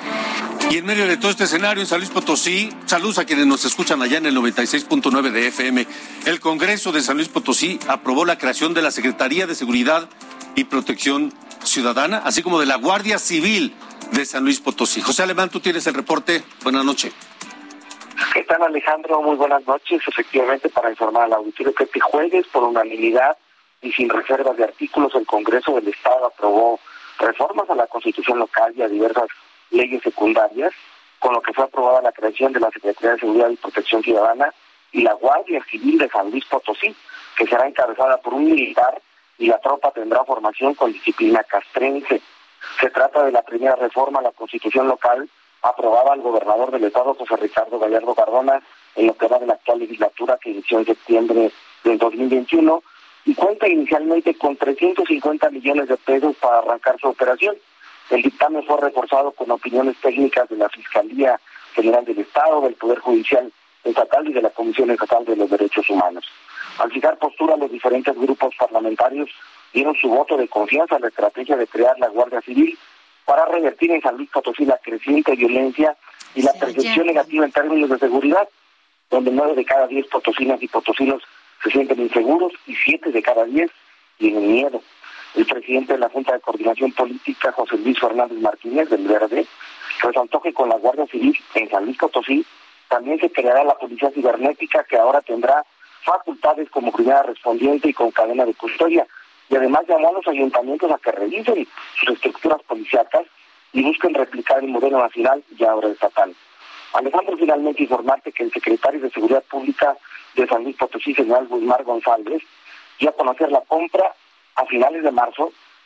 Speaker 6: Y en medio de todo este escenario en San Luis Potosí, saludos a quienes nos escuchan allá en el noventa y seis punto nueve de F M. El Congreso de San Luis Potosí aprobó la creación de la Secretaría de Seguridad y Protección Ciudadana, así como de la Guardia Civil de San Luis Potosí. José Alemán, tú tienes el reporte. Buenas noches.
Speaker 13: ¿Qué tal, Alejandro? Muy buenas noches. Efectivamente, para informar al auditorio que este jueves, por unanimidad y sin reservas de artículos, el Congreso del Estado aprobó reformas a la Constitución local y a diversas leyes secundarias, con lo que fue aprobada la creación de la Secretaría de Seguridad y Protección Ciudadana y la Guardia Civil de San Luis Potosí, que será encabezada por un militar y la tropa tendrá formación con disciplina castrense. Se trata de la primera reforma a la Constitución local aprobada al gobernador del Estado, José Ricardo Gallardo Cardona, en lo que va de la actual legislatura que inició en septiembre del dos mil veintiuno, y cuenta inicialmente con trescientos cincuenta millones de pesos para arrancar su operación. El dictamen fue reforzado con opiniones técnicas de la Fiscalía General del Estado, del Poder Judicial Estatal y de la Comisión Estatal de los Derechos Humanos. Al fijar postura, los diferentes grupos parlamentarios dieron su voto de confianza a la estrategia de crear la Guardia Civil para revertir en San Luis Potosí la creciente violencia y la percepción negativa en términos de seguridad, donde nueve de cada diez potosinas y potosinos se sienten inseguros y siete de cada diez tienen miedo. El presidente de la Junta de Coordinación Política, José Luis Fernández Martínez, del Verde, resaltó que con la Guardia Civil en San Luis Potosí también se creará la Policía Cibernética, que ahora tendrá facultades como primera respondiente y con cadena de custodia, y además llamó a los ayuntamientos a que revisen sus estructuras policíacas y busquen replicar el modelo nacional y ahora estatal. Alejandro, finalmente informarte que el secretario de Seguridad Pública de San Luis Potosí, general Wilmar González, dio a conocer la compra a finales de marzo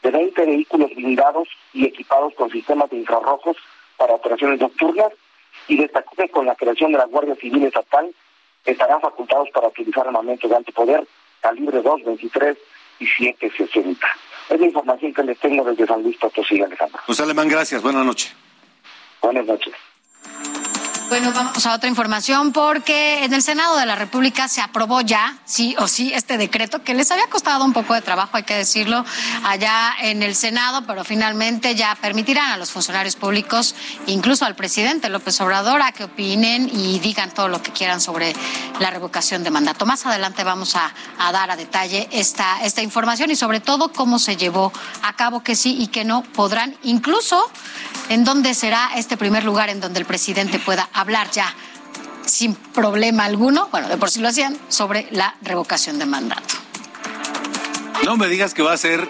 Speaker 13: de veinte vehículos blindados y equipados con sistemas de infrarrojos para operaciones nocturnas, y destacó que con la creación de la Guardia Civil Estatal estarán facultados para utilizar armamento de alto poder, calibre dos, veintitrés y siete sesenta. Es la información que les tengo desde San Luis Potosí, Alejandro.
Speaker 6: José Alemán, gracias. Buenas noches.
Speaker 13: Buenas noches.
Speaker 7: Bueno, vamos a otra información porque en el Senado de la República se aprobó ya, sí o sí, este decreto que les había costado un poco de trabajo, hay que decirlo, allá en el Senado, pero finalmente ya permitirán a los funcionarios públicos, incluso al presidente López Obrador, a que opinen y digan todo lo que quieran sobre la revocación de mandato. Más adelante vamos a, a dar a detalle esta, esta información y sobre todo cómo se llevó a cabo, que sí y que no podrán, incluso en dónde será este primer lugar en donde el presidente pueda hablar ya sin problema alguno, bueno, de por sí lo hacían, sobre la revocación de mandato.
Speaker 6: No me digas que va a ser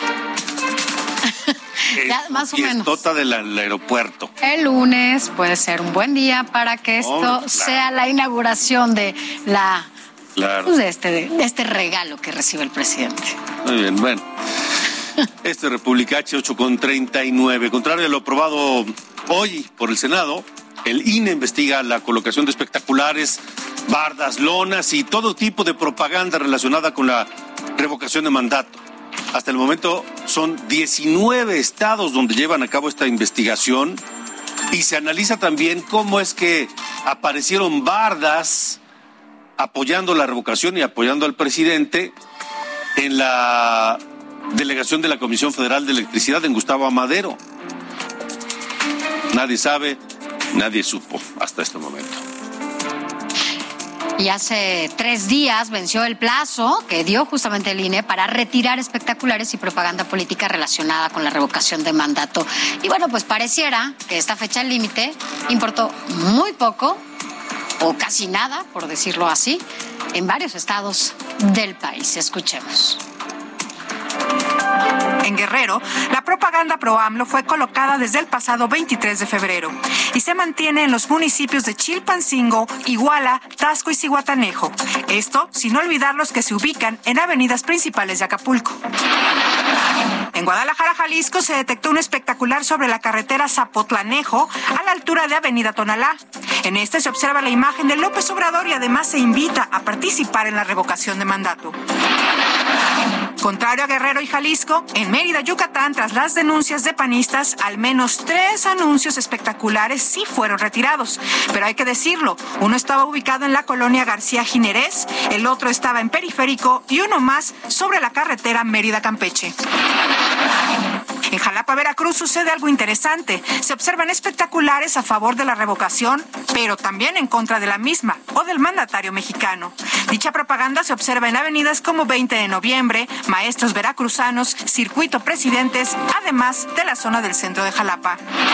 Speaker 7: ya, más o menos.
Speaker 6: Fiestota del aeropuerto.
Speaker 7: El lunes puede ser un buen día para que esto oh, claro. sea la inauguración de la claro. pues de este de este regalo que recibe el presidente.
Speaker 6: Muy bien, bueno. Este es República H, ocho con treinta y nueve. Contrario a lo aprobado hoy por el Senado, el I N E investiga la colocación de espectaculares, bardas, lonas y todo tipo de propaganda relacionada con la revocación de mandato. Hasta el momento son diecinueve estados donde llevan a cabo esta investigación y se analiza también cómo es que aparecieron bardas apoyando la revocación y apoyando al presidente en la delegación de la Comisión Federal de Electricidad en Gustavo Amadero. Nadie sabe, nadie supo hasta este momento.
Speaker 7: Y hace tres días venció el plazo que dio justamente el I N E para retirar espectaculares y propaganda política relacionada con la revocación de mandato. Y bueno, pues pareciera que esta fecha límite importó muy poco o casi nada, por decirlo así, en varios estados del país. Escuchemos.
Speaker 14: En Guerrero, la propaganda pro AMLO fue colocada desde el pasado veintitrés de febrero y se mantiene en los municipios de Chilpancingo, Iguala, Taxco y Zihuatanejo. Esto sin olvidar los que se ubican en avenidas principales de Acapulco. En Guadalajara, Jalisco, se detectó un espectacular sobre la carretera Zapotlanejo a la altura de Avenida Tonalá. En este se observa la imagen de López Obrador y además se invita a participar en la revocación de mandato. Contrario a Guerrero y Jalisco, en Mérida, Yucatán, tras las denuncias de panistas, al menos tres anuncios espectaculares sí fueron retirados. Pero hay que decirlo, uno estaba ubicado en la colonia García Jiménez, el otro estaba en Periférico y uno más sobre la carretera Mérida-Campeche. En Jalapa, Veracruz, sucede algo interesante. Se observan espectaculares a favor de la revocación, pero también en contra de la misma o del mandatario mexicano. Dicha propaganda se observa en avenidas como veinte de noviembre, Maestros Veracruzanos, Circuito Presidentes, además de la zona del centro de Jalapa.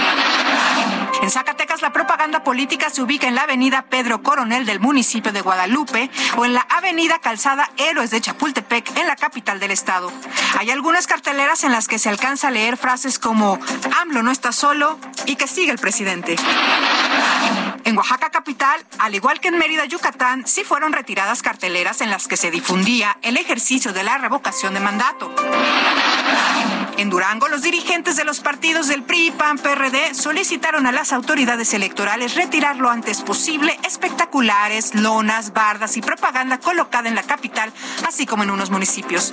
Speaker 14: En Zacatecas, la propaganda política se ubica en la avenida Pedro Coronel del municipio de Guadalupe o en la avenida Calzada Héroes de Chapultepec en la capital del estado. Hay algunas carteleras en las que se alcanza a leer frases como AMLO no está solo y que sigue el presidente. En Oaxaca capital, al igual que en Mérida, Yucatán, sí fueron retiradas carteleras en las que se difundía el ejercicio de la revocación de mandato. En Durango, los dirigentes de los partidos del P R I, P A N, P R D solicitaron a las autoridades electorales retirar lo antes posible espectaculares, lonas, bardas y propaganda colocada en la capital, así como en unos municipios.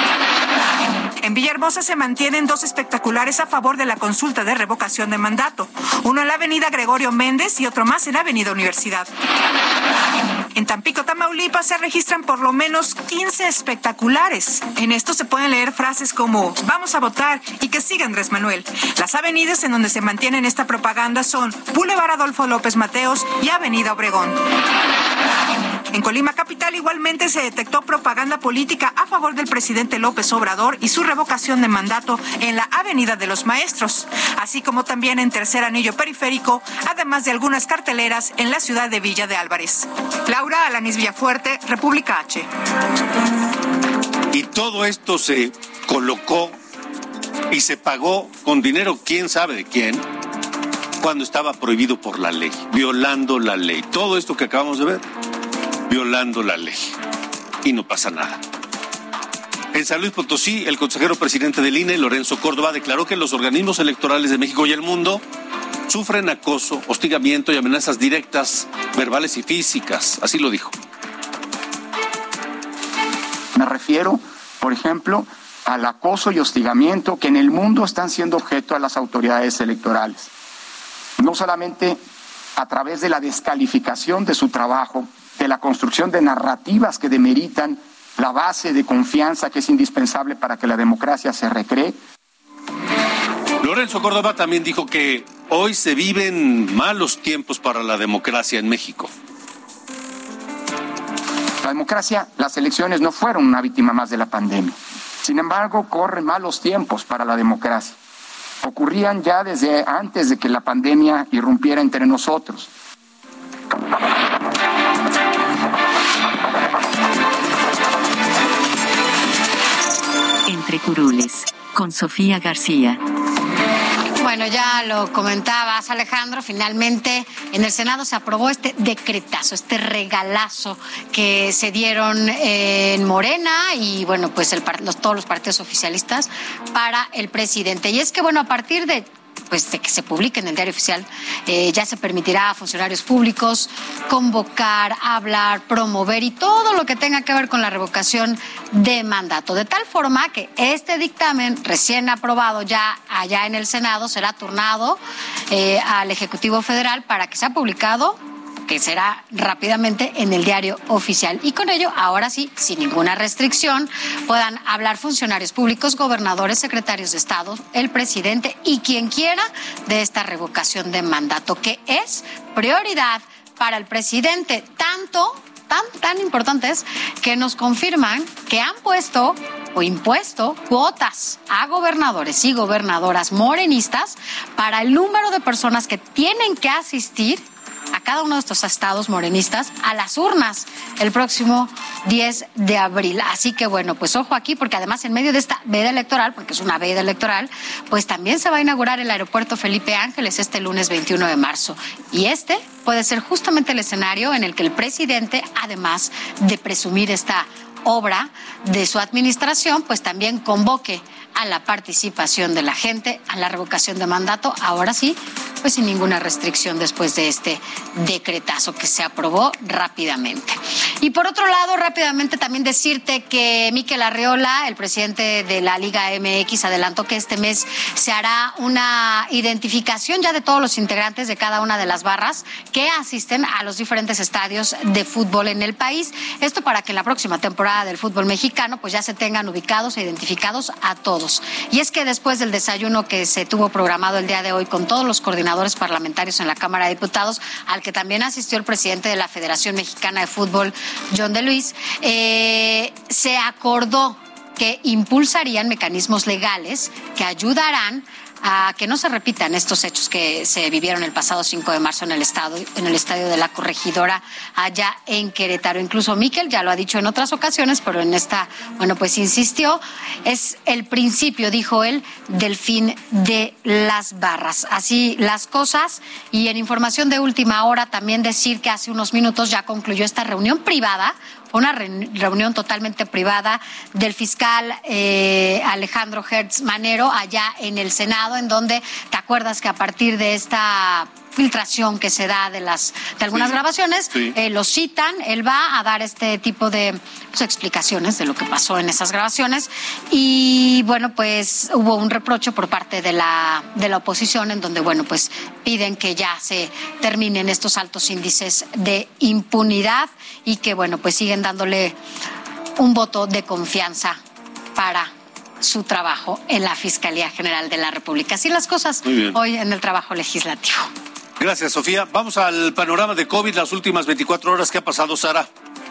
Speaker 14: En Villahermosa se mantienen dos espectaculares a favor de la consulta de revocación de mandato, uno en la avenida Gregorio Méndez y otro más en avenida Universidad. En Tampico, Tamaulipas, se registran por lo menos quince espectaculares. En estos se pueden leer frases como vamos a votar y que siga Andrés Manuel. Las avenidas en donde se mantienen esta propaganda son Boulevard Adolfo López Mateos y Avenida Obregón. En Colima capital igualmente se detectó propaganda política a favor del presidente López Obrador y su revocación de mandato en la Avenida de los Maestros, así como también en Tercer Anillo Periférico, además de algunas carteleras en la ciudad de Villa de Álvarez. Laura Alanis Villafuerte, República H.
Speaker 6: Y todo esto se colocó y se pagó con dinero, quién sabe de quién, cuando estaba prohibido por la ley, violando la ley. Todo esto que acabamos de ver, violando la ley. Y no pasa nada. En San Luis Potosí, el consejero presidente del I N E, Lorenzo Córdoba, declaró que los organismos electorales de México y el mundo sufren acoso, hostigamiento y amenazas directas, verbales y físicas. Así lo dijo.
Speaker 15: Me refiero, por ejemplo, al acoso y hostigamiento que en el mundo están siendo objeto a las autoridades electorales. No solamente a través de la descalificación de su trabajo, de la construcción de narrativas que demeritan la base de confianza que es indispensable para que la democracia se recree.
Speaker 6: Lorenzo Córdoba también dijo que hoy se viven malos tiempos para la democracia en México.
Speaker 15: La democracia, las elecciones no fueron una víctima más de la pandemia. Sin embargo, corren malos tiempos para la democracia. Ocurrían ya desde antes de que la pandemia irrumpiera entre nosotros.
Speaker 8: Entre curules, con Sofía García.
Speaker 7: Bueno, ya lo comentabas, Alejandro, finalmente en el Senado se aprobó este decretazo, este regalazo que se dieron en Morena y, bueno, pues el, los, todos los partidos oficialistas para el presidente. Y es que, bueno, a partir de pues de que se publique en el Diario Oficial, eh, ya se permitirá a funcionarios públicos convocar, hablar, promover y todo lo que tenga que ver con la revocación de mandato. De tal forma que este dictamen recién aprobado ya allá en el Senado será turnado eh, al Ejecutivo Federal para que sea publicado, que será rápidamente en el Diario Oficial. Y con ello, ahora sí, sin ninguna restricción, puedan hablar funcionarios públicos, gobernadores, secretarios de Estado, el presidente y quien quiera de esta revocación de mandato, que es prioridad para el presidente. Tanto, tan, tan importante es que nos confirman que han puesto o impuesto cuotas a gobernadores y gobernadoras morenistas para el número de personas que tienen que asistir a cada uno de estos estados morenistas a las urnas el próximo diez de abril. Así que, bueno, pues ojo aquí, porque además en medio de esta veda electoral, porque es una veda electoral, pues también se va a inaugurar el aeropuerto Felipe Ángeles este lunes veintiuno de marzo. Y este puede ser justamente el escenario en el que el presidente, además de presumir esta obra de su administración, pues también convoque a la participación de la gente, a la revocación de mandato, ahora sí, pues sin ninguna restricción después de este decretazo que se aprobó rápidamente. Y por otro lado, rápidamente también decirte que Mikel Arriola, el presidente de la Liga M X, adelantó que este mes se hará una identificación ya de todos los integrantes de cada una de las barras que asisten a los diferentes estadios de fútbol en el país. Esto para que en la próxima temporada del fútbol mexicano pues ya se tengan ubicados e identificados a todos. Y es que después del desayuno que se tuvo programado el día de hoy con todos los coordinadores parlamentarios en la Cámara de Diputados, al que también asistió el presidente de la Federación Mexicana de Fútbol, John de Luis, eh, se acordó que impulsarían mecanismos legales que ayudarán a que no se repitan estos hechos que se vivieron el pasado cinco de marzo en el estado, en el estadio de la Corregidora allá en Querétaro. Incluso Mikel ya lo ha dicho en otras ocasiones, pero en esta, bueno, pues insistió, es el principio, dijo él, del fin de las barras. Así las cosas. Y en información de última hora también decir que hace unos minutos ya concluyó esta reunión privada, una re- reunión totalmente privada del fiscal eh, Alejandro Gertz Manero allá en el Senado, en donde te acuerdas que a partir de esta filtración que se da de las de algunas sí, grabaciones, sí. Eh, lo citan, él va a dar este tipo de pues, explicaciones de lo que pasó en esas grabaciones y bueno, pues hubo un reproche por parte de la de la oposición en donde bueno, pues piden que ya se terminen estos altos índices de impunidad y que bueno, pues siguen dándole un voto de confianza para su trabajo en la Fiscalía General de la República. Así las cosas hoy en el trabajo legislativo.
Speaker 6: Gracias, Sofía. Vamos al panorama de COVID, las últimas veinticuatro horas. ¿Qué ha pasado, Sara?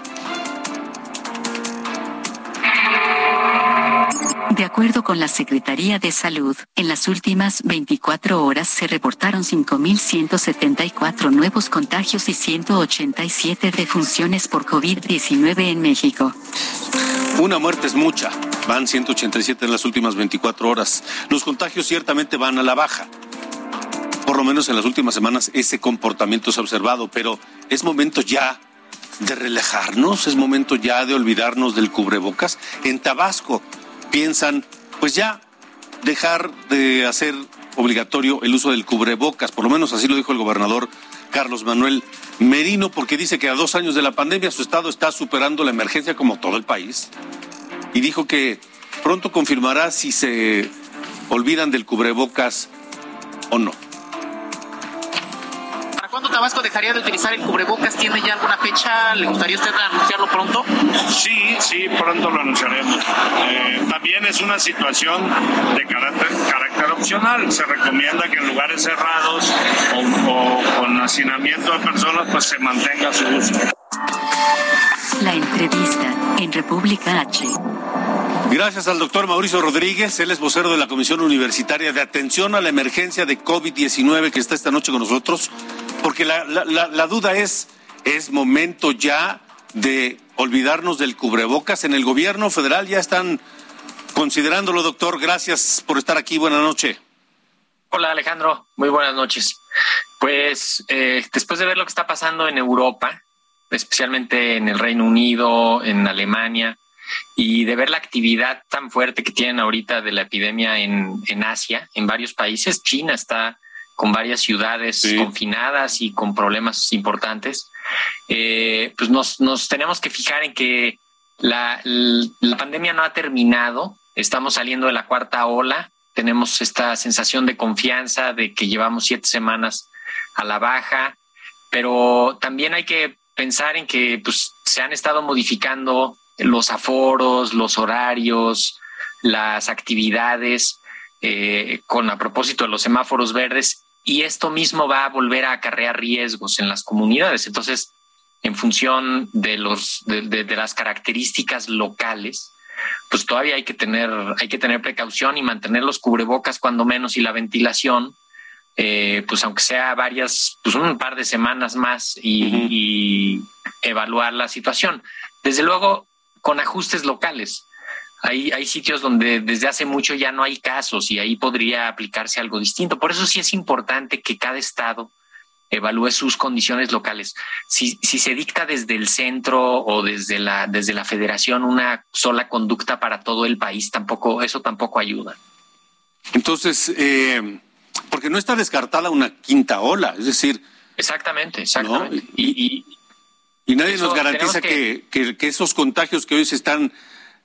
Speaker 8: De acuerdo con la Secretaría de Salud, en las últimas veinticuatro horas se reportaron cinco mil ciento setenta y cuatro nuevos contagios y ciento ochenta y siete defunciones por COVID diecinueve en México.
Speaker 6: Una muerte es mucha. Van ciento ochenta y siete en las últimas veinticuatro horas. Los contagios ciertamente van a la baja. Por lo menos en las últimas semanas ese comportamiento se ha observado, pero es momento ya de relajarnos, es momento ya de olvidarnos del cubrebocas. En Tabasco piensan, pues ya, dejar de hacer obligatorio el uso del cubrebocas, por lo menos así lo dijo el gobernador Carlos Manuel Merino, porque dice que a dos años de la pandemia su estado está superando la emergencia como todo el país, y dijo que pronto confirmará si se olvidan del cubrebocas o no.
Speaker 16: ¿Cuándo Tabasco dejaría de utilizar el cubrebocas? ¿Tiene ya alguna fecha? ¿Le gustaría a usted anunciarlo pronto?
Speaker 17: Sí, sí, pronto lo anunciaremos. Eh, también es una situación de carácter, carácter opcional. Se recomienda que en lugares cerrados o, o con hacinamiento de personas, pues se mantenga su uso.
Speaker 8: La entrevista en República H.
Speaker 6: Gracias al doctor Mauricio Rodríguez, él es vocero de la Comisión Universitaria de Atención a la Emergencia de COVID diecinueve, que está esta noche con nosotros, porque la, la, la, la duda es, ¿es momento ya de olvidarnos del cubrebocas? En el gobierno federal ya están considerándolo, doctor. Gracias por estar aquí, buenas noches.
Speaker 18: Hola Alejandro, muy buenas noches. Pues eh, después de ver lo que está pasando en Europa, especialmente en el Reino Unido, en Alemania, y de ver la actividad tan fuerte que tienen ahorita de la epidemia en, en Asia, en varios países. China está con varias ciudades sí. confinadas y con problemas importantes. Eh, pues nos, nos tenemos que fijar en que la, la pandemia no ha terminado. Estamos saliendo de la cuarta ola. Tenemos esta sensación de confianza de que llevamos siete semanas a la baja, pero también hay que pensar en que pues, se han estado modificando los aforos, los horarios, las actividades, eh, con a propósito de los semáforos verdes, y esto mismo va a volver a acarrear riesgos en las comunidades. Entonces, en función de los de, de, de las características locales, pues todavía hay que tener hay que tener precaución y mantener los cubrebocas cuando menos y la ventilación, eh, pues aunque sea varias, pues un par de semanas más y, uh-huh. y evaluar la situación. Desde luego, con ajustes locales. Hay, hay sitios donde desde hace mucho ya no hay casos y ahí podría aplicarse algo distinto. Por eso sí es importante que cada estado evalúe sus condiciones locales. Si, si se dicta desde el centro o desde la, desde la federación una sola conducta para todo el país, tampoco, eso tampoco ayuda.
Speaker 6: Entonces, eh, porque no está descartada una quinta ola, es decir...
Speaker 18: Exactamente, exactamente. ¿No? Y, y
Speaker 6: Y nadie Eso, nos garantiza que... Que, que, que esos contagios que hoy se están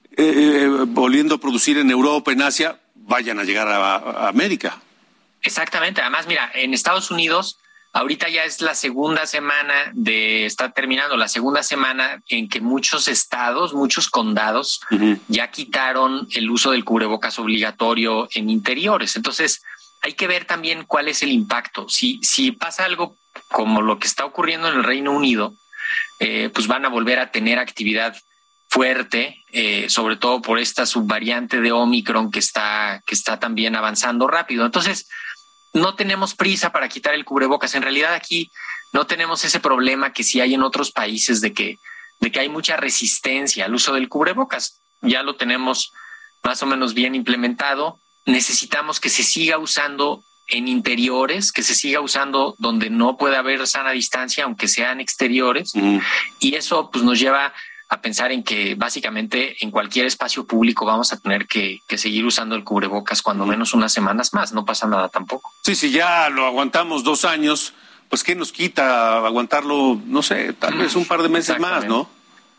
Speaker 6: eh, volviendo a producir en Europa, en Asia, vayan a llegar a, a América.
Speaker 18: Exactamente. Además, mira, en Estados Unidos, ahorita ya es la segunda semana de, está terminando la segunda semana en que muchos estados, muchos condados, uh-huh. ya quitaron el uso del cubrebocas obligatorio en interiores. Entonces, hay que ver también cuál es el impacto. Si, si pasa algo como lo que está ocurriendo en el Reino Unido, Eh, pues van a volver a tener actividad fuerte, eh, sobre todo por esta subvariante de Omicron que está, que está también avanzando rápido. Entonces, no tenemos prisa para quitar el cubrebocas. En realidad aquí no tenemos ese problema que sí hay en otros países de que, de que hay mucha resistencia al uso del cubrebocas. Ya lo tenemos más o menos bien implementado. Necesitamos que se siga usando en interiores, que se siga usando donde no puede haber sana distancia, aunque sean exteriores, uh-huh. y eso pues nos lleva a pensar en que básicamente en cualquier espacio público vamos a tener que, que seguir usando el cubrebocas cuando uh-huh. menos unas semanas más, no pasa nada tampoco.
Speaker 6: Sí, si ya lo aguantamos dos años, pues ¿qué nos quita aguantarlo, no sé, tal uh-huh. vez un par de meses más, ¿no?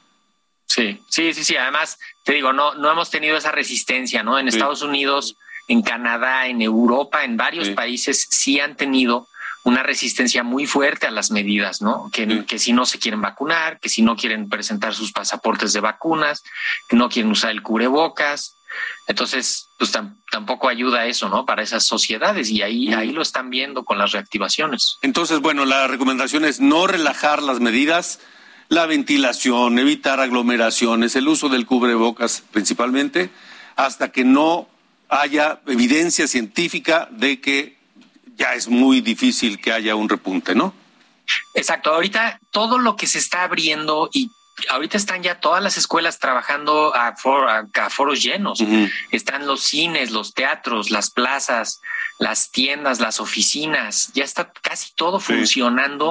Speaker 18: Sí, sí, sí, sí, además te digo, no, no hemos tenido esa resistencia, ¿no? En sí. Estados Unidos, en Canadá, en Europa, en varios sí. países sí han tenido una resistencia muy fuerte a las medidas, ¿no? Que, sí. que si no se quieren vacunar, que si no quieren presentar sus pasaportes de vacunas, que no quieren usar el cubrebocas. Entonces, pues tam- tampoco ayuda eso, ¿no? Para esas sociedades, y ahí, sí. ahí lo están viendo con las reactivaciones.
Speaker 6: Entonces, bueno, la recomendación es no relajar las medidas, la ventilación, evitar aglomeraciones, el uso del cubrebocas principalmente, hasta que no haya evidencia científica de que ya es muy difícil que haya un repunte, ¿no?
Speaker 18: Exacto. Ahorita todo lo que se está abriendo, y ahorita están ya todas las escuelas trabajando a, for, a, a foros llenos. Uh-huh. Están los cines, los teatros, las plazas, las tiendas, las oficinas. Ya está casi todo sí. funcionando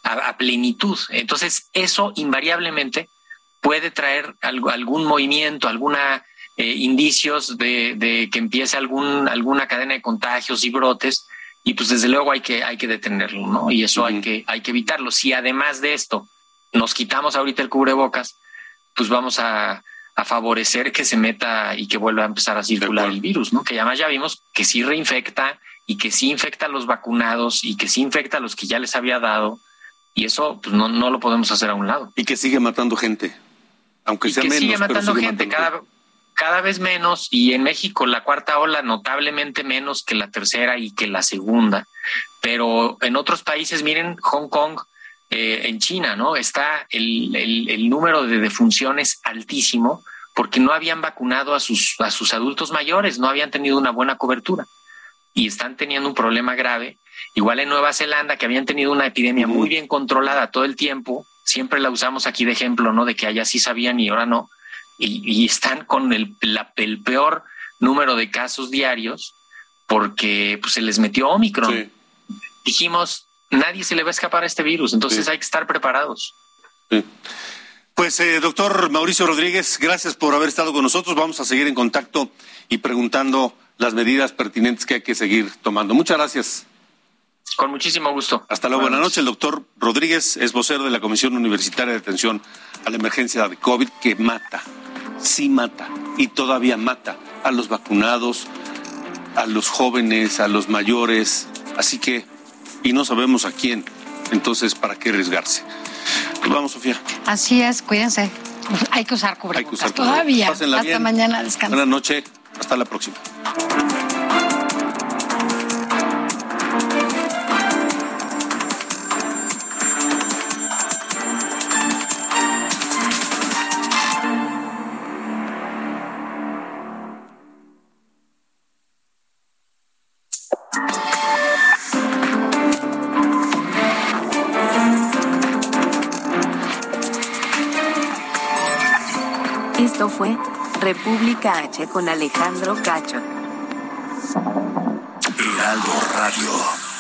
Speaker 18: a, a plenitud. Entonces, eso invariablemente puede traer algo, algún movimiento, alguna eh, indicios de, de que empiece algún, alguna cadena de contagios y brotes, y pues desde luego hay que, hay que detenerlo, ¿no? Y eso uh-huh. hay que, hay que evitarlo. Si además de esto nos quitamos ahorita el cubrebocas, pues vamos a, a favorecer que se meta y que vuelva a empezar a circular el virus, ¿no? Que además ya vimos que sí reinfecta y que sí infecta a los vacunados y que sí infecta a los que ya les había dado, y eso pues no, no lo podemos hacer a un lado.
Speaker 6: Y que sigue matando gente, aunque
Speaker 18: y
Speaker 6: sea
Speaker 18: que
Speaker 6: menos.
Speaker 18: Sigue matando
Speaker 6: sigue
Speaker 18: gente
Speaker 6: matando.
Speaker 18: cada, cada vez menos, y en México la cuarta ola notablemente menos que la tercera y que la segunda. Pero en otros países, miren, Hong Kong, eh, en China, ¿no? Está el, el, el número de defunciones altísimo porque no habían vacunado a sus, a sus adultos mayores, no habían tenido una buena cobertura y están teniendo un problema grave. Igual en Nueva Zelanda, que habían tenido una epidemia muy bien controlada todo el tiempo, siempre la usamos aquí de ejemplo, ¿no? De que allá sí sabían y ahora no, y, y están con el, la, el peor número de casos diarios porque pues, se les metió Omicron. Sí. Dijimos, nadie se le va a escapar a este virus, entonces sí. hay que estar preparados.
Speaker 6: Sí. Pues, eh, doctor Mauricio Rodríguez, gracias por haber estado con nosotros. Vamos a seguir en contacto y preguntando las medidas pertinentes que hay que seguir tomando. Muchas gracias.
Speaker 18: Con muchísimo gusto.
Speaker 6: Hasta luego. Buenas noches. El doctor Rodríguez es vocero de la Comisión Universitaria de Atención a la Emergencia de COVID, que mata, sí mata, y todavía mata a los vacunados, a los jóvenes, a los mayores. Así que, y no sabemos a quién. Entonces, ¿para qué arriesgarse? Pues vamos, Sofía.
Speaker 7: Así es, cuídense. Hay que usar cubrebocas. Hay que usar todavía.
Speaker 6: Pásenla
Speaker 7: Hasta
Speaker 6: bien.
Speaker 7: Mañana, descansen.
Speaker 6: Buenas noches. Hasta la próxima.
Speaker 19: Esto fue República H con Alejandro Cacho.
Speaker 4: Heraldo Radio.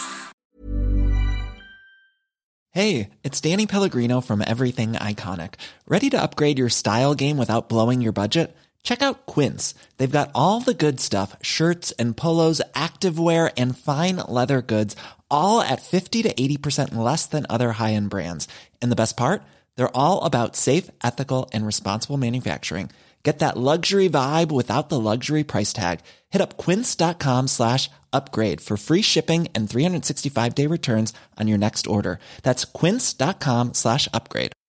Speaker 20: Hey, it's Danny Pellegrino from Everything Iconic. Ready to upgrade your style game without blowing your budget? Check out Quince. They've got all the good stuff, shirts and polos, activewear, and fine leather goods, all at fifty to eighty percent less than other high-end brands. And the best part? They're all about safe, ethical, and responsible manufacturing. Get that luxury vibe without the luxury price tag. Hit up quince.com slash upgrade for free shipping and three sixty-five day returns on your next order. That's quince.com slash upgrade.